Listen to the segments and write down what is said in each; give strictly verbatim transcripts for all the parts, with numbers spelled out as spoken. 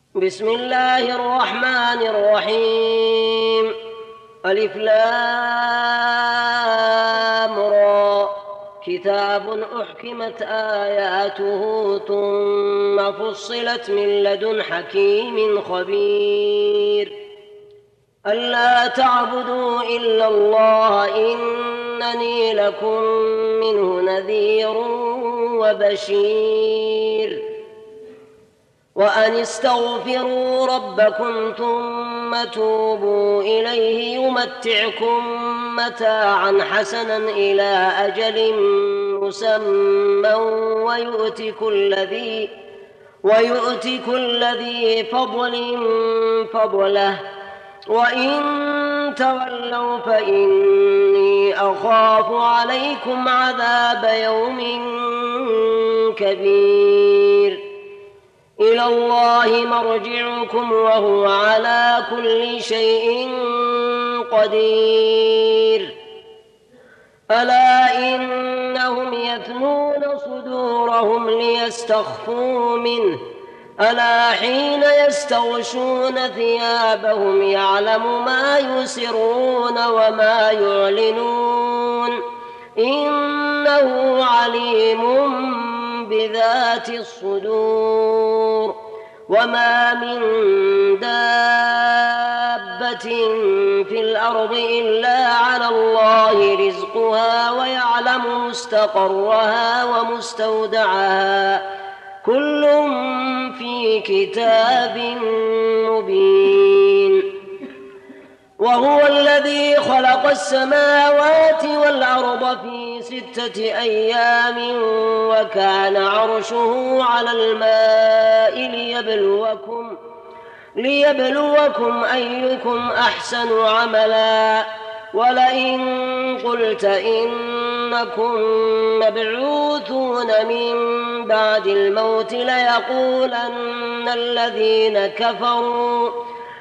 بسم الله الرحمن الرحيم. ألف لام را. كتاب أحكمت آياته ثم فصلت من لدن حكيم خبير. ألا تعبدوا إلا الله إنني لكم منه نذير وبشير. وأن استغفروا ربكم ثم توبوا إليه يمتعكم متاعا حسنا إلى أجل مسمى ويؤت كل ذي ويؤت كل ذي فضل فضله وإن تولوا فإني أخاف عليكم عذاب يوم كبير. إلى الله مرجعكم وهو على كل شيء قدير. ألا إنهم يثنون صدورهم ليستخفوا منه ألا حين يستغشون ثيابهم يعلم ما يسرون وما يعلنون إنه عليم بذات الصدور. وما من دابة في الأرض إلا على الله رزقها ويعلم مستقرها ومستودعها كل في كتاب مبين. وهو الذي خلق السماوات والأرض في ستة أيام وكان عرشه على الماء ليبلوكم, ليبلوكم أيكم أحسن عملا. ولئن قلت إنكم مبعوثون من بعد الموت ليقولن الذين كفروا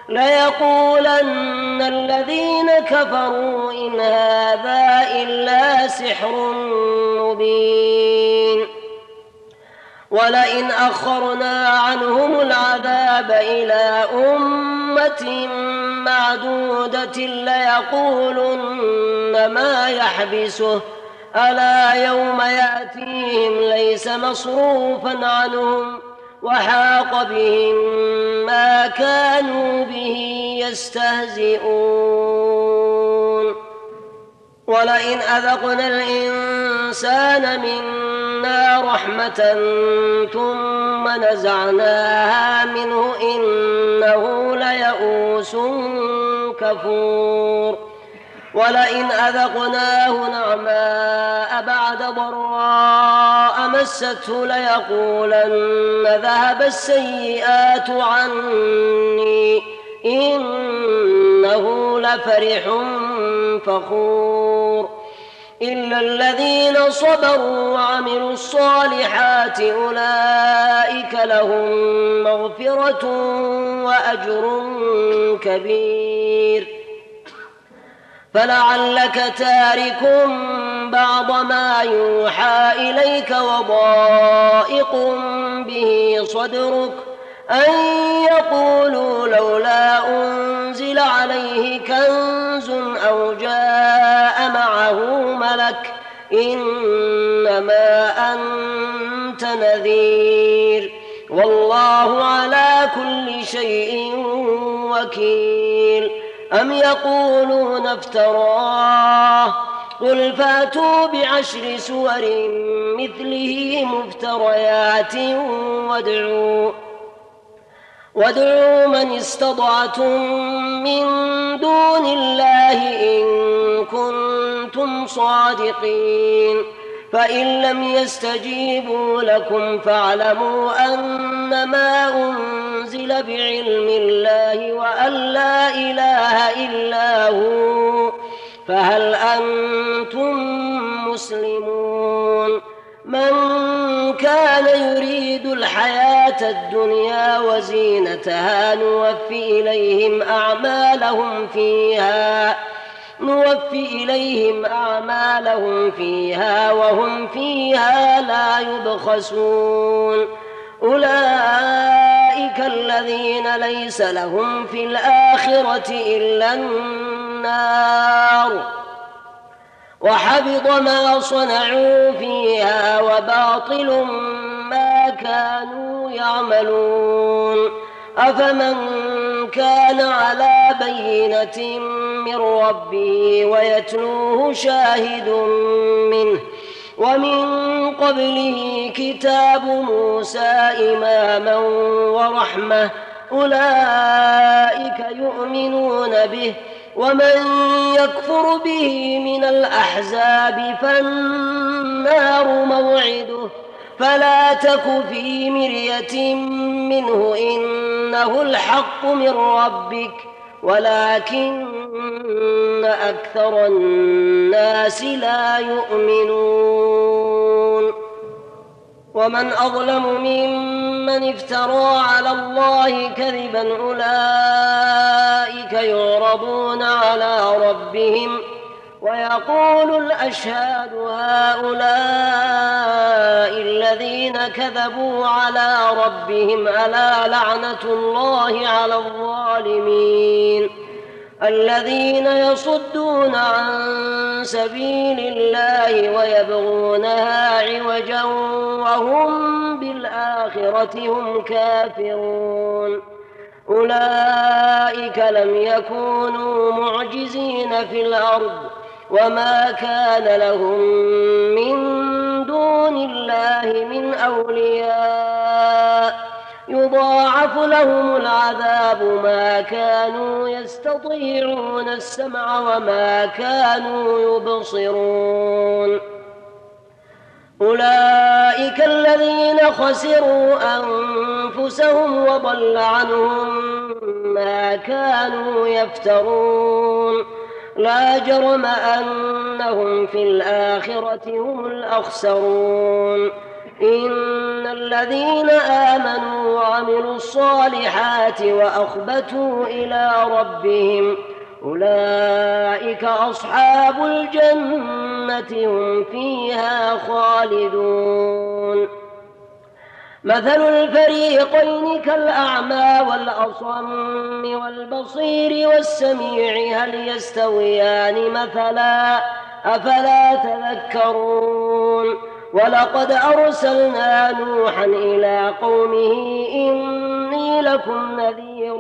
ليقولن الذين كفروا إن هذا إلا سحر مبين. ولئن أخرنا عنهم العذاب إلى أمة معدودة ليقولن ما يحبسه ألا يوم يأتيهم ليس مصروفا عنهم وحاق بهم ما كانوا به يستهزئون. ولئن أذقنا الإنسان منا رحمة ثم نزعناها منه إنه ليئوس كفور. ولئن أذقناه نعماء بعد ضراء مسته ليقولن ذهب السيئات عني إنه لفرح فخور. إلا الذين صبروا وعملوا الصالحات أولئك لهم مغفرة وأجر كبير. فلعلك تارك بعض ما يوحى إليك وضائق به صدرك أن يقولوا لولا أنزل عليه كنز أو جاء معه ملك إنما أنت نذير والله على كل شيء وكيل. أم يقولون افتراه قل فاتوا بعشر سور مثله مفتريات وادعوا وادعوا من استطعتم من دون الله إن كنتم صادقين. فإن لم يستجيبوا لكم فاعلموا أنما أنزل بعلم الله وأن لا إله إلا هو فهل أنتم مسلمون. من كان يريد الحياة الدنيا وزينتها نوفي إليهم أعمالهم فيها نوفي إليهم أعمالهم فيها وهم فيها لا يبخسون. أولئك الذين ليس لهم في الآخرة إلا النار وحبط ما صنعوا فيها وباطل ما كانوا يعملون. أفمن كان على بينة من ربه ويتلوه شاهد منه ومن قبله كتاب موسى إماما ورحمة أولئك يؤمنون به ومن يكفر به من الأحزاب فالنار موعده فلا تك في مرية منه إنه الحق من ربك ولكن أكثر الناس لا يؤمنون. ومن أظلم ممن افترى على الله كذبا أولئك يعرضون على ربهم ويقول الأشهاد هؤلاء الذين كذبوا على ربهم ألا لعنة الله على الظالمين الذين يصدون عن سبيل الله ويبغونها عوجا وهم بالآخرة هم كافرون. أولئك لم يكونوا معجزين في الأرض وما كان لهم من دون الله من أولياء يضاعف لهم العذاب ما كانوا يستطيعون السمع وما كانوا يبصرون. أولئك الذين خسروا أنفسهم وضل عنهم ما كانوا يفترون. لا جرم أنهم في الآخرة هم الأخسرون. إن الذين آمنوا وعملوا الصالحات وأخبتوا إلى ربهم أولئك أصحاب الجنة هم فيها خالدون. مثل الفريقين كالأعمى والأصم والبصير والسميع هل يستويان مثلا أفلا تذكرون. ولقد أرسلنا نوحا إلى قومه إني لكم نذير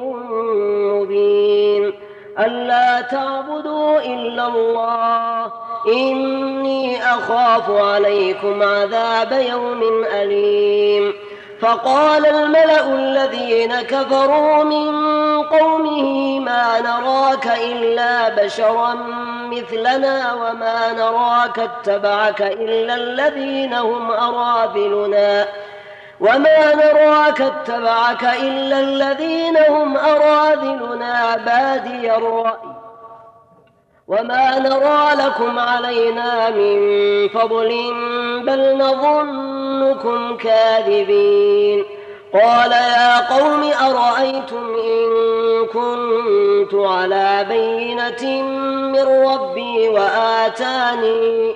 مبين ألا تعبدوا إلا الله إني أخاف عليكم عذاب يوم أليم. فقال الملأ الذين كفروا من قومه ما نراك إلا بشرا مثلنا وما نراك اتبعك إلا الذين هم أراذلنا وما نراك اتبعك إلا الذين هم أراذلنا بادي الرأي وما نرى لكم علينا من فضل بل نظنكم كاذبين. قال يا قوم أرأيتم إن كنت على بينة من ربي وآتاني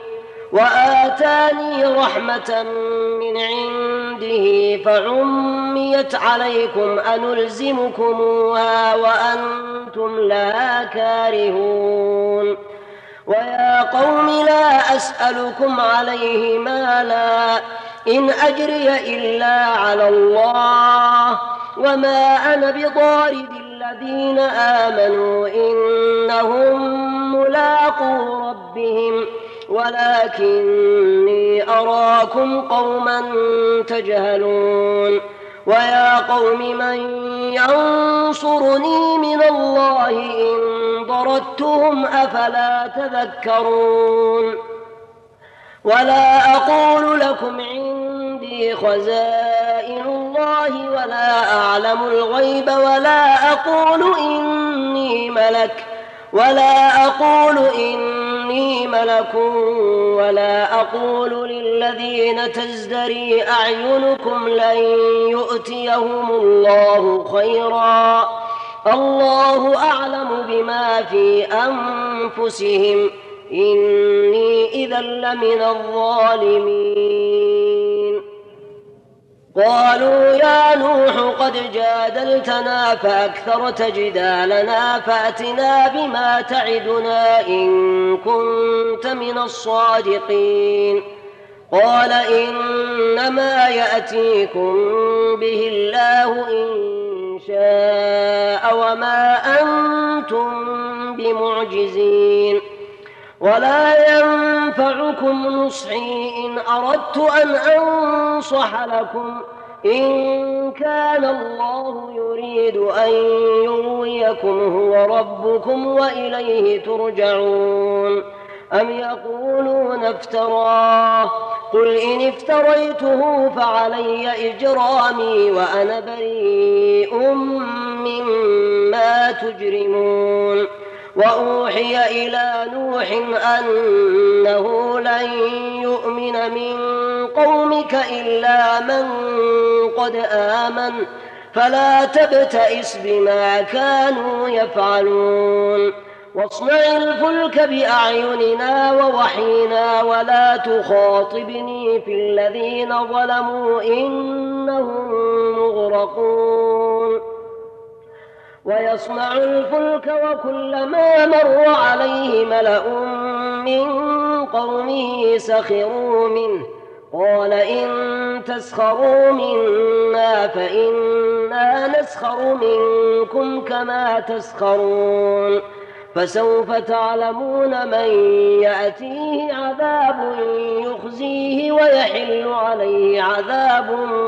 وآتاني رحمة من عنده فعميت عليكم أنلزمكموها وأنتم لها كارهون. ويا قوم لا أسألكم عليه مالا إن أجري إلا على الله وما أنا بطارد الذين آمنوا إنهم ملاقو ربهم ولكني أراكم قوما تجهلون. ويا قوم من ينصرني من الله إن ضررتهم أفلا تذكرون. ولا أقول لكم عندي خزائن الله ولا أعلم الغيب ولا أقول إني ملك ولا أقول إني ملك ولا أقول للذين تزدري أعينكم لن يؤتيهم الله خيرا الله أعلم بما في أنفسهم إني إذا لمن الظالمين. قالوا يا نوح قد جادلتنا فأكثرت جدالنا فأتنا بما تعدنا إن كنت من الصادقين. قال إنما يأتيكم به الله إن شاء وما أنتم بمعجزين. ولا ينفعكم نصحي إن أردت أن أنصح لكم إن كان الله يريد أن يغويكم هو ربكم وإليه ترجعون. أم يقولون افتراه قل إن افتريته فعلي إجرامي وأنا بريء مما تجرمون. وأوحي إلى نوح أنه لن يؤمن من قومك إلا من قد آمن فلا تبتئس بما كانوا يفعلون. واصنع الفلك بأعيننا ووحينا ولا تخاطبني في الذين ظلموا إنهم مغرقون. ويصنع الفلك وكلما مر عليه ملأ من قومه سخروا منه قال إن تسخروا منا فإنا نسخر منكم كما تسخرون. فسوف تعلمون من يأتيه عذاب يخزيه ويحل عليه عذاب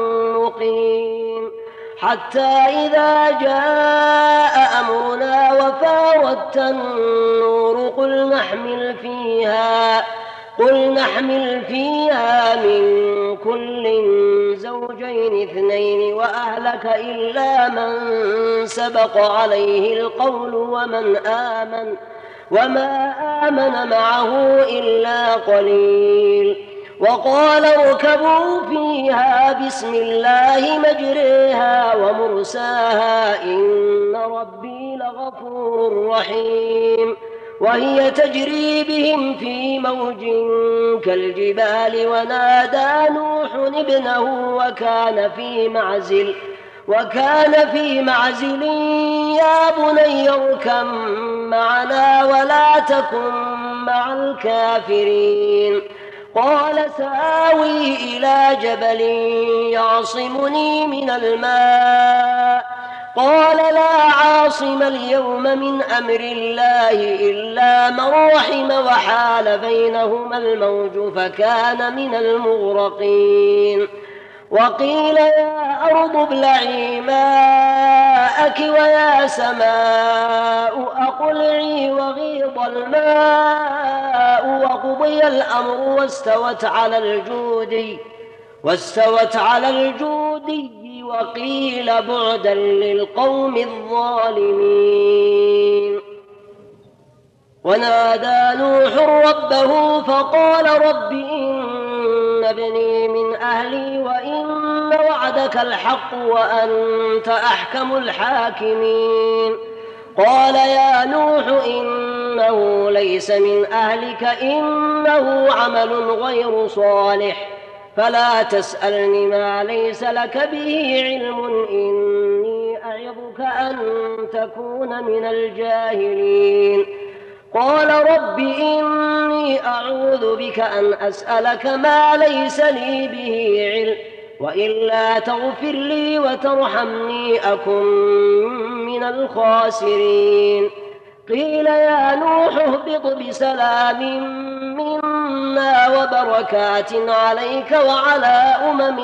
مقيم. حتى إذا جاء أمرنا وفاردت النور قل نحمل فيها قل نحمل فيها من كل زوجين اثنين وأهلك إلا من سبق عليه القول ومن آمن وما آمن معه إلا قليل. وقال اركبوا فيها بسم الله مجريها ومرساها إن ربي لغفور رحيم. وهي تجري بهم في موج كالجبال ونادى نوح ابنه وكان في معزل وكان في معزل يا بني اركب معنا ولا تكن مع الكافرين. قال سآوي إلى جبل يعصمني من الماء قال لا عاصم اليوم من أمر الله إلا من رحم وحال بينهما الموج فكان من المغرقين. وقيل يا أرض ابلعي ماءك ويا سماء أقلعي وغيض الماء وقضي الأمر واستوت على الجودي واستوت على الجودي وقيل بعدا للقوم الظالمين. ونادى نوح ربه فقال رب إن ابني من أهلي وإن وعدك الحق وأنت أحكم الحاكمين. قال يا نوح إنه ليس من أهلك إنه عمل غير صالح فلا تسألني ما ليس لك به علم إني أعظك أن تكون من الجاهلين. قال رب إني أعوذ بك أن أسألك ما ليس لي به علم وإلا تغفر لي وترحمني أكن من الخاسرين. قيل يا نوح اهبط بسلام منا وبركات عليك وعلى أمم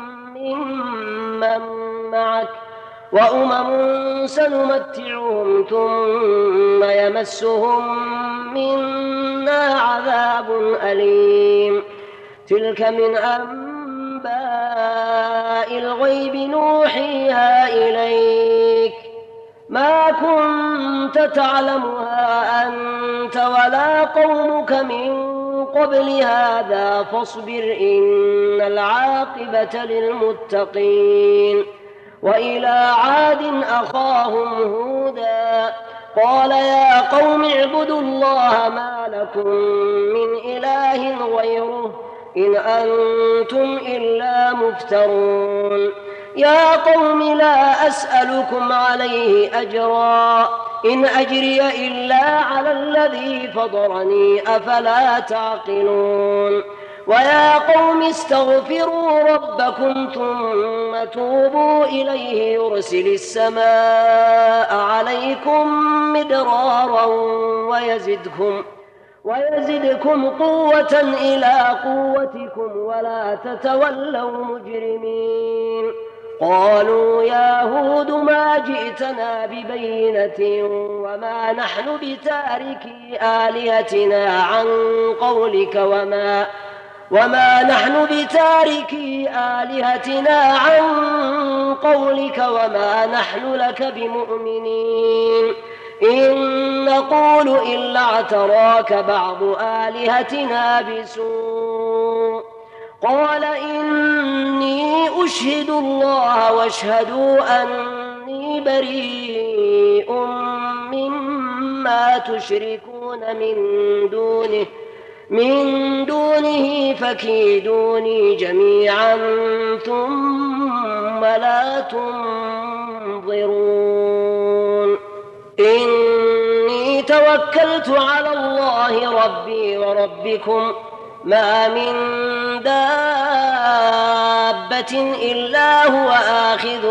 ممن معك وأمم سنمتعهم ثم يمسهم منا عذاب أليم. تلك من أنباء الغيب نوحيها إليك ما كنت تعلمها أنت ولا قومك من قبل هذا فاصبر إن العاقبة للمتقين. وإلى عاد أخاهم هودا قال يا قوم اعبدوا الله ما لكم من إله غيره إن أنتم إلا مفترون. يا قوم لا أسألكم عليه أجرا إن أجري إلا على الذي فطرني أفلا تعقلون. ويا قوم استغفروا ربكم ثم توبوا إليه يرسل السماء عليكم مدرارا ويزدكم ويزدكم قوة إلى قوتكم ولا تتولوا مجرمين. قالوا يا هود ما جئتنا ببينة وما نحن بتاركي آلهتنا عن قولك وما وما نحن بتاركي آلهتنا عن قولك وما نحن لك بمؤمنين إن نقول إلا اعتراك بعض آلهتنا بسوء. قال إني أشهد الله واشهدوا أني بريء مما تشركون من دونه من دونه فكيدوني جميعا ثم لا تنظرون. إني توكلت على الله ربي وربكم ما من دابة إلا هو آخذ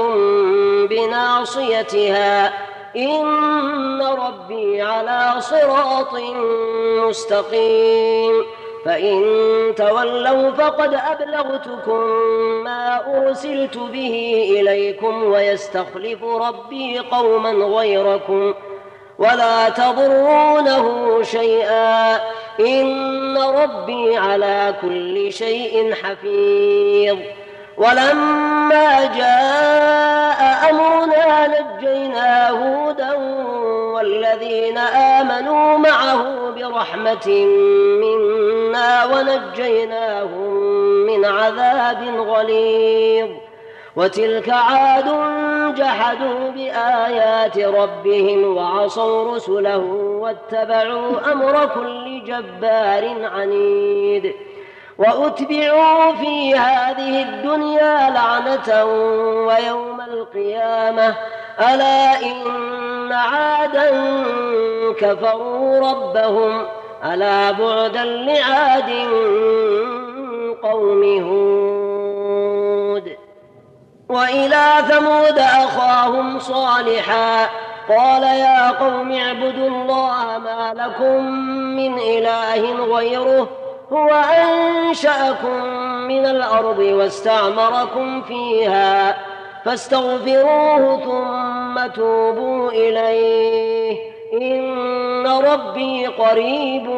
بناصيتها إن ربي على صراط مستقيم. فإن تولوا فقد أبلغتكم ما أرسلت به إليكم ويستخلف ربي قوما غيركم ولا تضرونه شيئا إن ربي على كل شيء حفيظ. ولما جاء أمرنا نجينا هودا والذين آمنوا معه برحمة منا ونجيناهم من عذاب غليظ. وتلك عاد جحدوا بآيات ربهم وعصوا رسله واتبعوا أمر كل جبار عنيد. وأتبعوا في هذه الدنيا لعنة ويوم القيامة ألا إن عادا كفروا ربهم ألا بعدا لعاد قوم هود. وإلى ثمود أخاهم صالحا قال يا قوم اعبدوا الله ما لكم من إله غيره هو أنشأكم من الأرض واستعمركم فيها فاستغفروه ثم توبوا إليه إن ربي قريب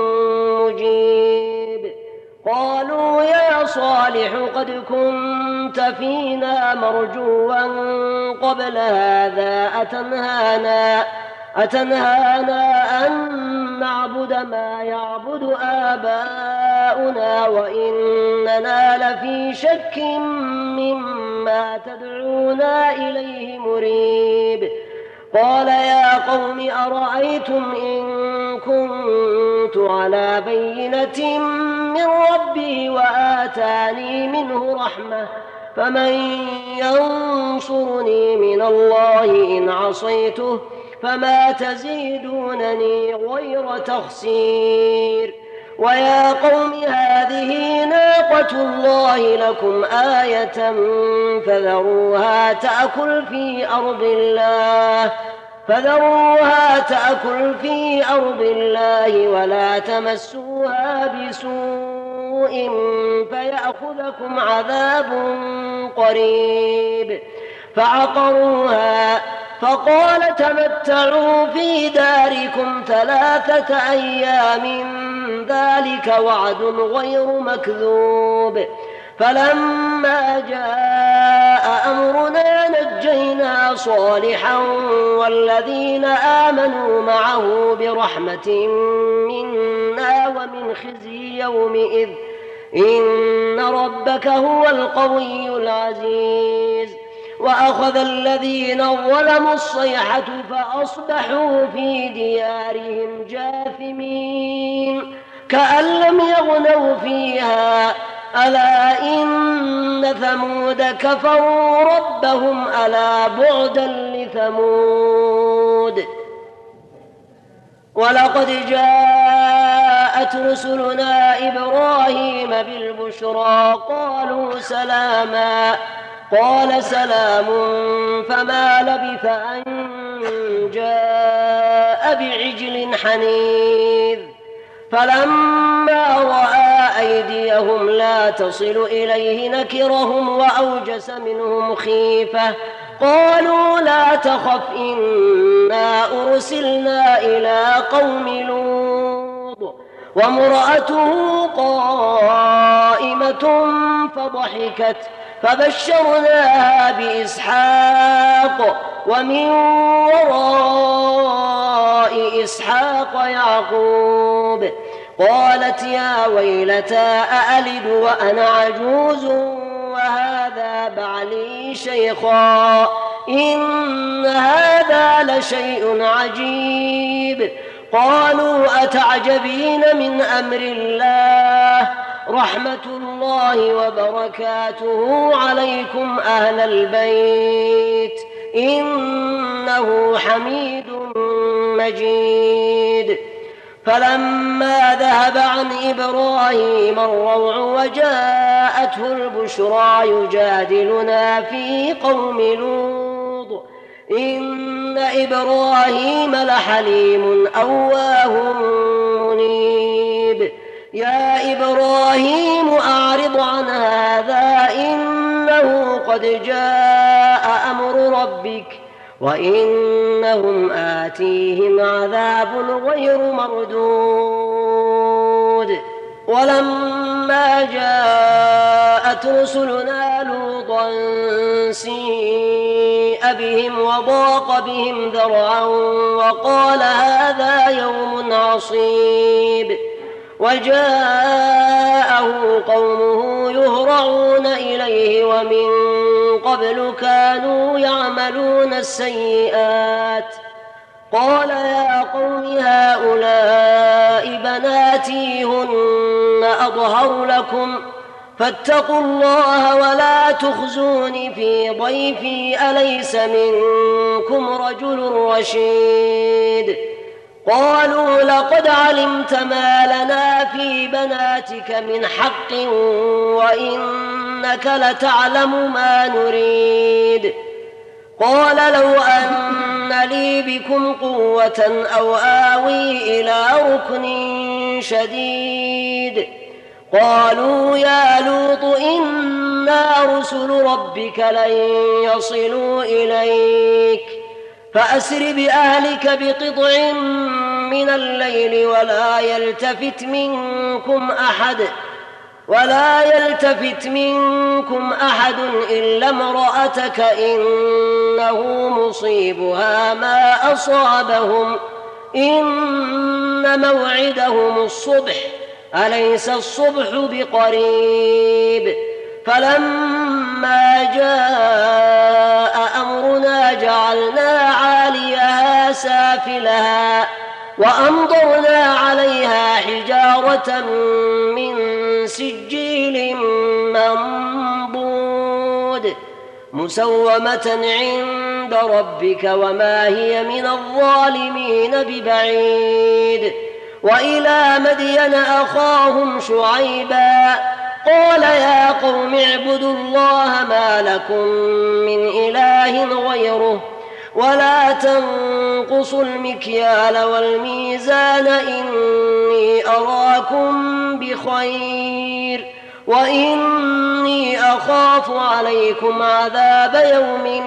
مجيب. قالوا يا صالح قد كنت فينا مرجوا قبل هذا أتنهانا أتنهانا أن نعبد ما يعبد آباؤنا وإننا لفي شك مما تدعونا إليه مريب. قال يا قوم أرأيتم إن كنت على بينة من ربي وآتاني منه رحمة فمن ينصرني من الله إن عصيته فما تزيدونني غير تخسير. ويا قوم هذه ناقة الله لكم آية فذروها تأكل في أرض الله فذروها تأكل في أرض الله ولا تمسوها بسوء فيأخذكم عذاب قريب. فعقروها فقال تمتعوا في داركم ثلاثة أيام ذلك وعد غير مكذوب. فلما جاء أمرنا نجينا صالحا والذين آمنوا معه برحمة منا ومن خزي يومئذ إن ربك هو القوي العزيز. وأخذ الذين ظلموا الصيحة فأصبحوا في ديارهم جاثمين. كأن لم يغنوا فيها ألا إن ثمود كفروا ربهم ألا بعدا لثمود. ولقد جاءت رسلنا إبراهيم بالبشرى قالوا سلاما قال سلام فما لبث أن جاء بعجل حنيذ. فلما رأى أيديهم لا تصل إليه نكرهم وأوجس منهم خيفة قالوا لا تخف إنا أرسلنا إلى قوم لوط وامرأته قائمة فضحكت فبشرناها بإسحاق ومن وراء إسحاق يعقوب. قالت يا ويلتى أألد وأنا عجوز وهذا بعلي شيخا إن هذا لشيء عجيب. قالوا أتعجبين من أمر الله رحمة الله وبركاته عليكم أهل البيت إنه حميد مجيد. فلما ذهب عن إبراهيم الروع وجاءته البشرى يجادلنا في قوم لوط إن إبراهيم لحليم أواه منيب. يا إبراهيم أعرض عن هذا إنه قد جاء أمر ربك وإنهم آتيهم عذاب غير مردود. ولما جاءت رسلنا لوطا سيء بهم وضاق بهم ذرعا وقال هذا يوم عصيب. وجاءه قومه يهرعون إليه ومن قبل كانوا يعملون السيئات. قال يا قوم هؤلاء بناتي هن أطهر لكم فاتقوا الله ولا تخزوني في ضيفي أليس منكم رجل رشيد. قالوا لقد علمت ما لنا في بناتك من حق وإنك لتعلم ما نريد. قال لو أن لي بكم قوة أو آوي إلى ركن شديد. قالوا يا لوط إنا رسل ربك لن يصلوا إليك فأسر بأهلك بقطع من الليل ولا يلتفت منكم أحد ولا يلتفت منكم أحد إلا امرأتك إنه مصيبها ما أصابهم إن موعدهم الصبح أليس الصبح بقريب. فلما جاء أمرنا جعلنا عاليها سافلها وأمطرنا عليها حجارة من سجيل منضود مسومة عند ربك وما هي من الظالمين ببعيد. وإلى مدين أخاهم شعيبا قال يا قوم اعبدوا الله ما لكم من إله غيره ولا تنقصوا المكيال والميزان إني أراكم بخير وإني أخاف عليكم عذاب يوم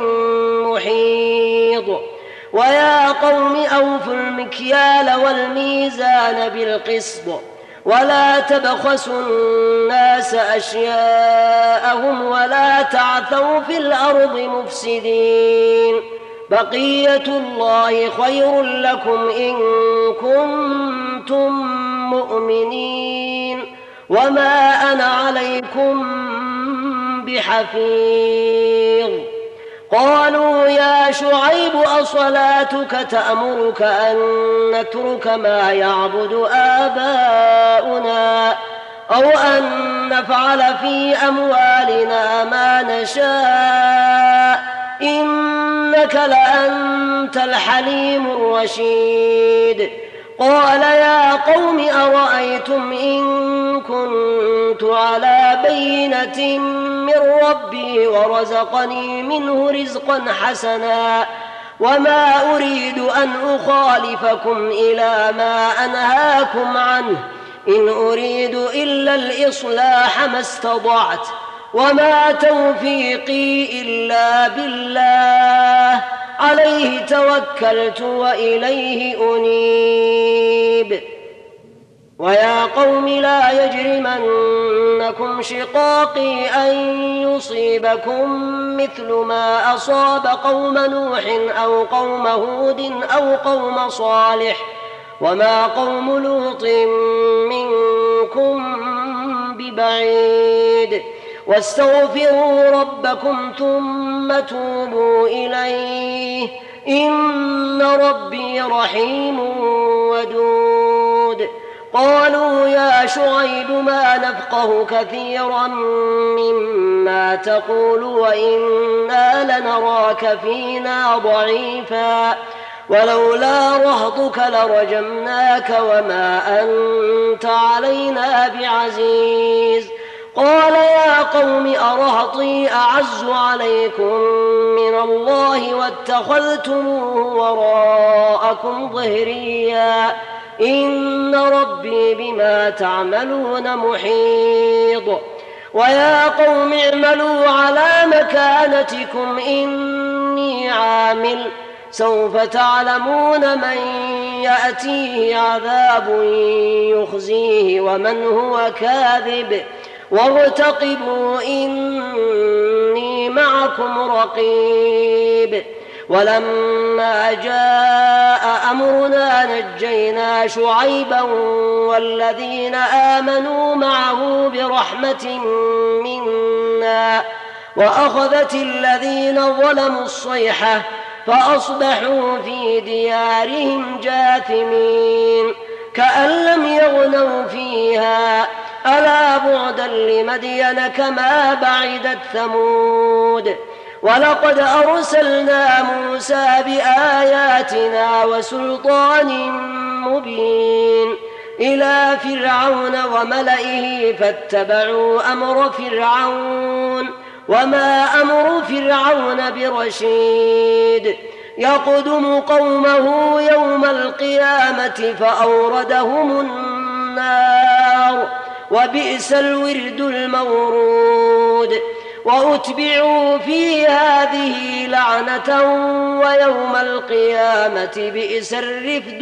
محيط. ويا قوم أوفوا المكيال والميزان بالقسط ولا تبخسوا الناس أشياءهم ولا تعثوا في الأرض مفسدين. بقية الله خير لكم إن كنتم مؤمنين وما أنا عليكم بحفيظ. قالوا يا شعيب أصلاتك تأمرك أن نترك ما يعبد آباؤنا أو أن نفعل في أموالنا ما نشاء إنك لأنت الحليم الرشيد. قال يا قوم أرأيتم إن كنت على بينة من ربي ورزقني منه رزقا حسنا وما أريد أن أخالفكم إلى ما أنهاكم عنه إن أريد إلا الإصلاح ما استطعت وما توفيقي إلا بالله عليه توكلت وإليه أنيب. ويا قوم لا يجرمنكم شقاقي أن يصيبكم مثل ما أصاب قوم نوح أو قوم هود أو قوم صالح وما قوم لوط منكم ببعيد واستغفروا ربكم ثم توبوا إليه إن ربي رحيم ودود. قالوا يا شعيب ما نفقه كثيرا مما تقول وإنا لنراك فينا ضعيفا ولولا رهطك لرجمناك وما أنت علينا بعزيز. قال يا قوم أرهطي أعز عليكم من الله واتخذتموه وراءكم ظهريا إن ربي بما تعملون محيط. ويا قوم اعملوا على مكانتكم إني عامل سوف تعلمون من يأتيه عذاب يخزيه ومن هو كاذب وارتقبوا إني معكم رقيب. ولما جاء أمرنا نجينا شعيبا والذين آمنوا معه برحمة منا وأخذت الذين ظلموا الصيحة فأصبحوا في ديارهم جاثمين كأن لم يغنوا فيها ألا بعدا لمدين كما بعدت ثمود. ولقد أرسلنا موسى بآياتنا وسلطان مبين إلى فرعون وملئه فاتبعوا أمر فرعون وما أمر فرعون برشيد. يقدم قومه يوم القيامة فأوردهم النار وبئس الورد المورود. وأتبعوا في هذه لعنة ويوم القيامة بئس الرفد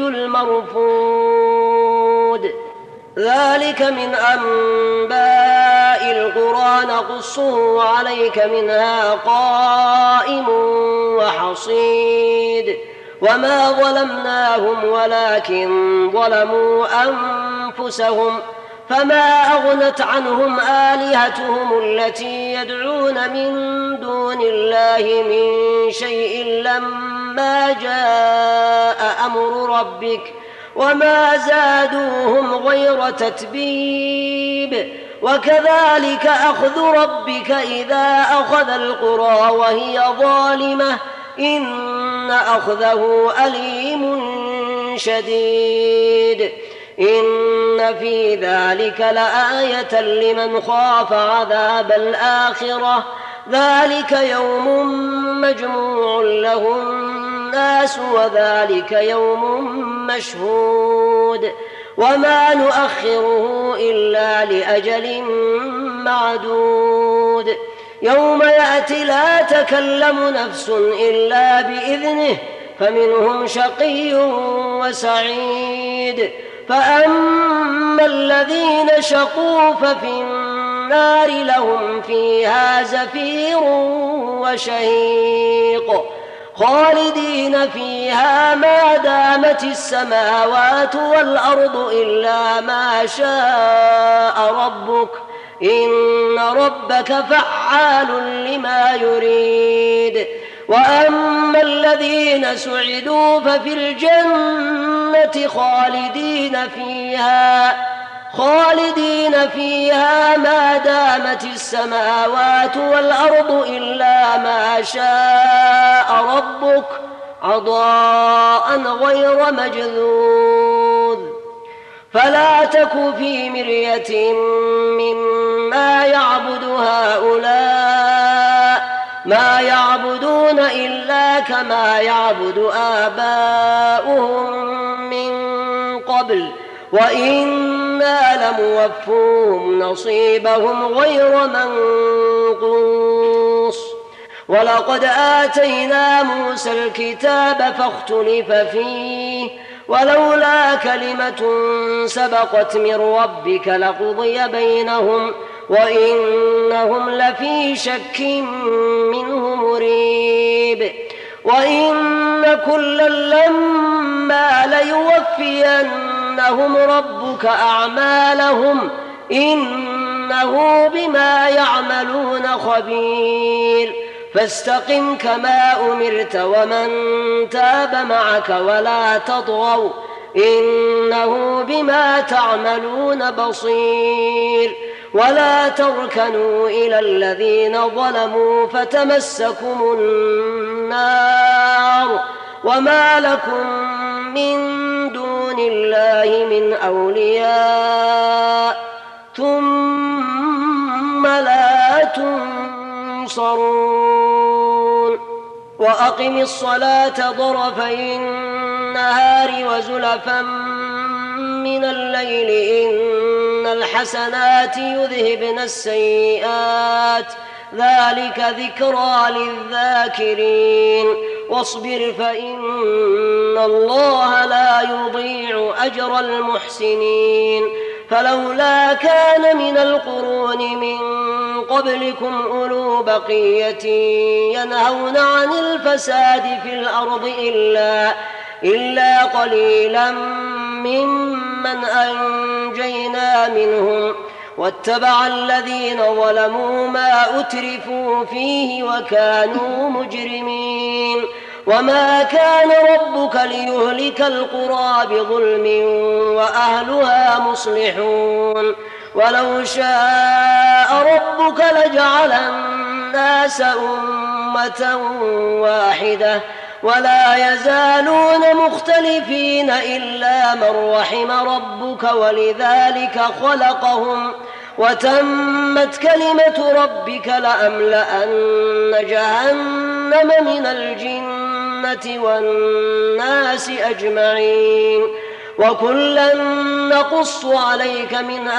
المرفود. ذلك من أنباء القرى نقصه عليك منها قائم وحصيد. وما ظلمناهم ولكن ظلموا أنفسهم فما أغنت عنهم آلهتهم التي يدعون من دون الله من شيء لما جاء أمر ربك وما زادوهم غير تتبيب. وكذلك أخذ ربك إذا أخذ القرى وهي ظالمة إن أخذه أليم شديد. إن في ذلك لآية لمن خاف عذاب الآخرة ذلك يوم مجموع له الناس وذلك يوم مشهود وما نؤخره إلا لأجل معدود. يوم يأتي لا تكلم نفس إلا بإذنه فمنهم شقي وسعيد. فأما الذين شقوا ففي النار لهم فيها زفير وشهيق خالدين فيها ما دامت السماوات والأرض إلا ما شاء ربك إن ربك فعال لما يريد. وأما الذين سعدوا ففي الجنة خالدين فيها خالدين فيها ما دامت السماوات والأرض إلا ما شاء ربك عطاء غير مجذوذ. فلا تك في مرية مما يعبد هؤلاء ما يعبدون إلا كما يعبد آباؤهم من قبل وإنا لموفوهم نصيبهم غير منقوص. ولقد آتينا موسى الكتاب فاختلف فيه ولولا كلمة سبقت من ربك لقضي بينهم وإنهم لفي شك منه مريب. وإن كلا لما ليوفينهم ربك أعمالهم إنه بما يعملون خبير. فاستقم كما أمرت ومن تاب معك ولا تطغوا إنه بما تعملون بصير. ولا تركنوا إلى الذين ظلموا فتمسكم النار وما لكم من دون الله من أولياء ثم لا تنصرون. وأقم الصلاة طرفي النهار وزلفا من الليل إن الحسنات يذهبن السيئات ذلك ذكرى للذاكرين. واصبر فإن الله لا يضيع أجر المحسنين. فلولا كان من القرون من قبلكم أولو بقية ينهون عن الفساد في الأرض إلا, إلا قليلا ممن أنجينا منهم واتبع الذين ظلموا ما أترفوا فيه وكانوا مجرمين. وما كان ربك ليهلك القرى بظلم وأهلها مصلحون. ولو شاء ربك لجعل الناس أمة واحدة ولا يزالون مختلفين إلا من رحم ربك ولذلك خلقهم وتمت كلمة ربك لأملأن جهنم من الجنة والناس أجمعين. وكلا نقص عليك من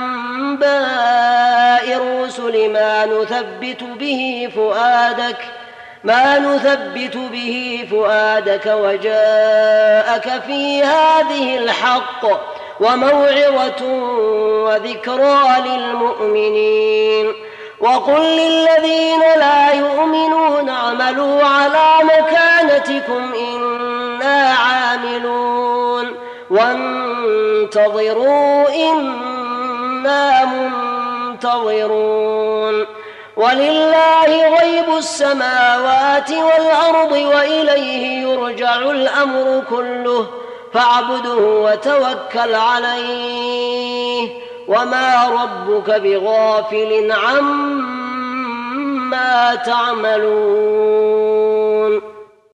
أنباء الرسل ما نثبت به فؤادك ما نثبت به فؤادك وجاءك في هذه الحق وموعظة وذكرى للمؤمنين. وقل للذين لا يؤمنون اعملوا على مكانتكم إنا عاملون وانتظروا إنا منتظرون. ولله غيب السماوات والأرض وإليه يرجع الأمر كله فاعبده وتوكل عليه وما ربك بغافل عما تعملون.